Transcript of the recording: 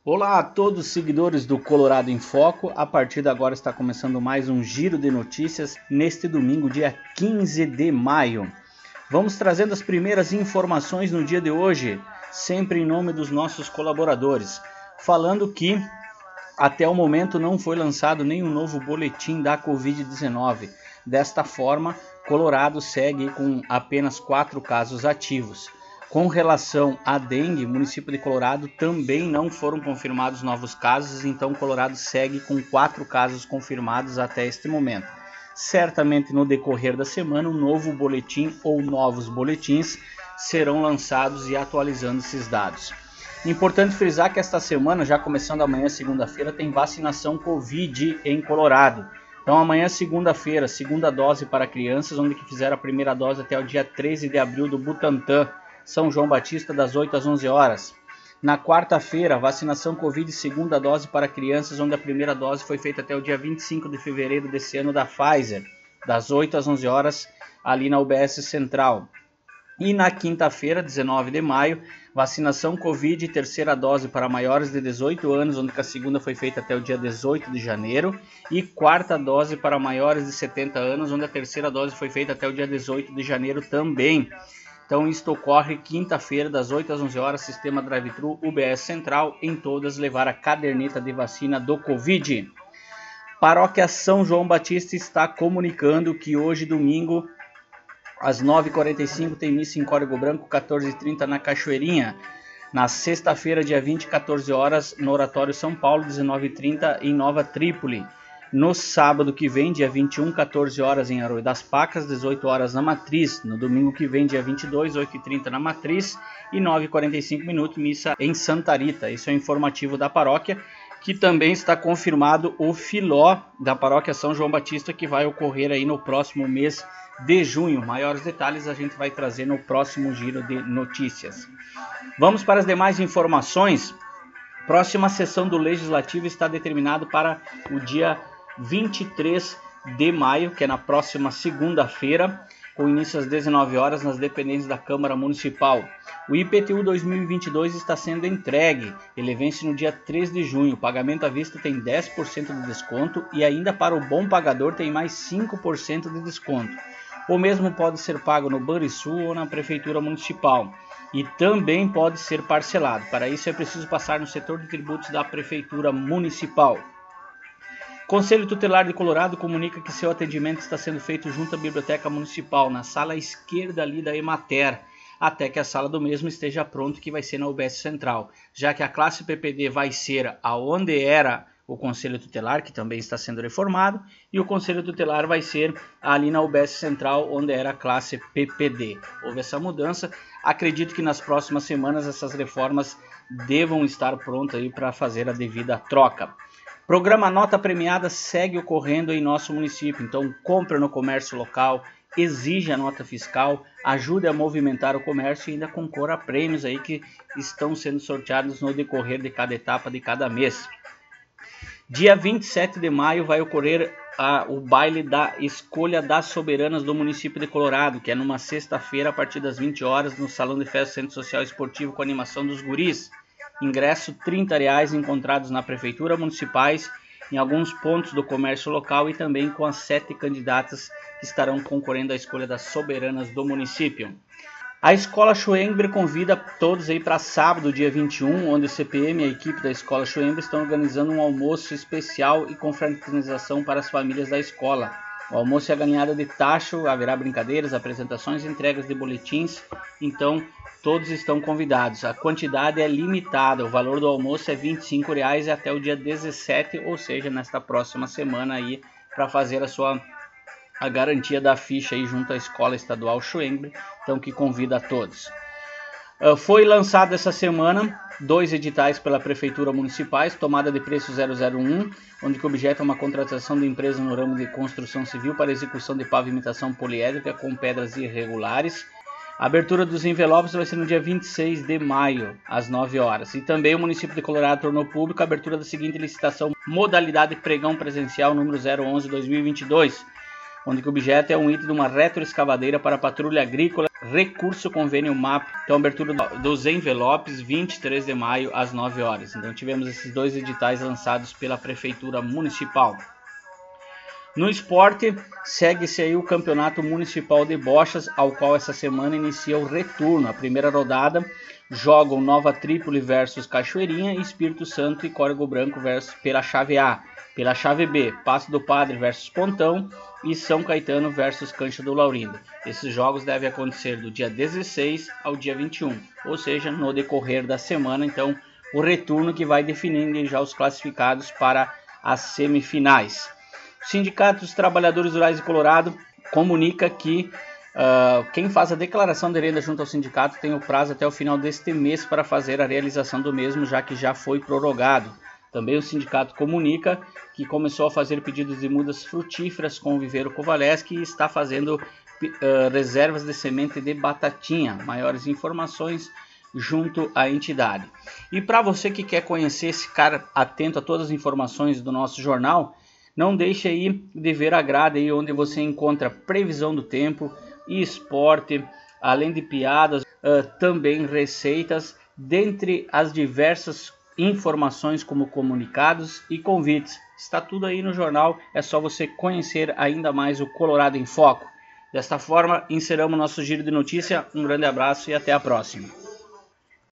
Olá a todos os seguidores do Colorado em Foco. A partir de agora está começando mais um giro de notícias neste domingo, dia 15 de maio. Vamos trazendo as primeiras informações no dia de hoje, sempre em nome dos nossos colaboradores. Falando que até o momento não foi lançado nenhum novo boletim da Covid-19. Desta forma, Colorado segue com apenas 4 casos ativos. Com relação à dengue, o município de Colorado também não foram confirmados novos casos, então Colorado segue com 4 casos confirmados até este momento. Certamente no decorrer da semana um novo boletim ou novos boletins serão lançados e atualizando esses dados. Importante frisar que esta semana, já começando amanhã, segunda-feira, tem vacinação Covid em Colorado. Então amanhã, segunda-feira, segunda dose para crianças, onde que fizeram a primeira dose até o dia 13 de abril do Butantan, São João Batista, das 8 às 11 horas. Na quarta-feira, vacinação Covid segunda dose para crianças, onde a primeira dose foi feita até o dia 25 de fevereiro desse ano da Pfizer, das 8 às 11 horas, ali na UBS Central. E na quinta-feira, 19 de maio, vacinação Covid terceira dose para maiores de 18 anos, onde a segunda foi feita até o dia 18 de janeiro. E quarta dose para maiores de 70 anos, onde a terceira dose foi feita até o dia 18 de janeiro também. Então isto ocorre quinta-feira, das 8 às 11 horas, sistema drive-thru UBS Central, em todas levar a caderneta de vacina do Covid. Paróquia São João Batista está comunicando que hoje, domingo, às 9h45, tem missa em Código Branco, 14h30 na Cachoeirinha. Na sexta-feira, dia 20, 14 horas, no Oratório São Paulo, 19h30 em Nova Trípoli. No sábado que vem, dia 21, 14 horas em Arroio das Pacas, 18 horas na Matriz. No domingo que vem, dia 22, 8h30 na Matriz e 9h45, missa em Santa Rita. Isso é o informativo da paróquia, que também está confirmado o filó da paróquia São João Batista, que vai ocorrer aí no próximo mês de junho. Maiores detalhes a gente vai trazer no próximo giro de notícias. Vamos para as demais informações. Próxima sessão do Legislativo está determinado para o dia 23 de maio, que é na próxima segunda-feira, com início às 19 horas nas dependências da Câmara Municipal. O IPTU 2022 está sendo entregue, ele vence no dia 3 de junho. O pagamento à vista tem 10% de desconto e ainda para o bom pagador tem mais 5% de desconto. O mesmo pode ser pago no Banrisul ou na Prefeitura Municipal e também pode ser parcelado. Para isso é preciso passar no setor de tributos da Prefeitura Municipal. Conselho Tutelar de Colorado comunica que seu atendimento está sendo feito junto à Biblioteca Municipal, na sala esquerda ali da Emater, até que a sala do mesmo esteja pronta, que vai ser na UBS Central, já que a classe PPD vai ser aonde era o Conselho Tutelar, que também está sendo reformado, e o Conselho Tutelar vai ser ali na UBS Central, onde era a classe PPD. Houve essa mudança, acredito que nas próximas semanas essas reformas devam estar prontas aí para fazer a devida troca. Programa Nota Premiada segue ocorrendo em nosso município, então compre no comércio local, exija a nota fiscal, ajude a movimentar o comércio e ainda concorra a prêmios aí que estão sendo sorteados no decorrer de cada etapa de cada mês. Dia 27 de maio vai ocorrer o baile da Escolha das Soberanas do município de Colorado, que é numa sexta-feira a partir das 20 horas no Salão de Festa Centro Social Esportivo com animação dos guris. Ingresso R$30 encontrados na Prefeitura Municipais, em alguns pontos do comércio local e também com as 7 candidatas que estarão concorrendo à escolha das soberanas do município. A Escola Schoenber convida todos aí para sábado, dia 21, onde o CPM e a equipe da Escola Schoenber estão organizando um almoço especial e confraternização para as famílias da escola. O almoço é a galinhada de tacho, haverá brincadeiras, apresentações e entregas de boletins, então todos estão convidados. A quantidade é limitada, o valor do almoço é R$25 até o dia 17, ou seja, nesta próxima semana aí, para fazer a garantia da ficha aí junto à Escola Estadual Schoenber, então que convida a todos. Foi lançado essa semana 2 editais pela Prefeitura Municipais, tomada de preço 001, onde o objeto é uma contratação de empresa no ramo de construção civil para execução de pavimentação poliédrica com pedras irregulares. A abertura dos envelopes vai ser no dia 26 de maio, às 9 horas. E também o município de Colorado tornou público a abertura da seguinte licitação: modalidade pregão presencial número 011-2022, onde o objeto é um item de uma retroescavadeira para patrulha agrícola recurso convênio MAP, então abertura dos envelopes 23 de maio às 9 horas. Então tivemos esses 2 editais lançados pela Prefeitura Municipal. No esporte, segue-se aí o Campeonato Municipal de Bochas, ao qual essa semana inicia o retorno. A primeira rodada jogam Nova Trípoli versus Cachoeirinha, Espírito Santo e Córrego Branco pela chave A. Pela chave B, Passo do Padre versus Pontão e São Caetano versus Cancha do Laurindo. Esses jogos devem acontecer do dia 16 ao dia 21, ou seja, no decorrer da semana. Então, o retorno que vai definindo já os classificados para as semifinais. O Sindicato dos Trabalhadores Rurais de Colorado comunica que quem faz a declaração de renda junto ao sindicato tem o prazo até o final deste mês para fazer a realização do mesmo, já que já foi prorrogado. Também o sindicato comunica que começou a fazer pedidos de mudas frutíferas com o Viveiro Kovaleski e está fazendo reservas de semente de batatinha. Maiores informações junto à entidade. E para você que quer conhecer, ficar atento a todas as informações do nosso jornal, não deixe aí de ver a grade aí onde você encontra previsão do tempo e esporte, além de piadas, também receitas, dentre as diversas informações como comunicados e convites. Está tudo aí no jornal, é só você conhecer ainda mais o Colorado em Foco. Desta forma, encerramos nosso giro de notícia. Um grande abraço e até a próxima.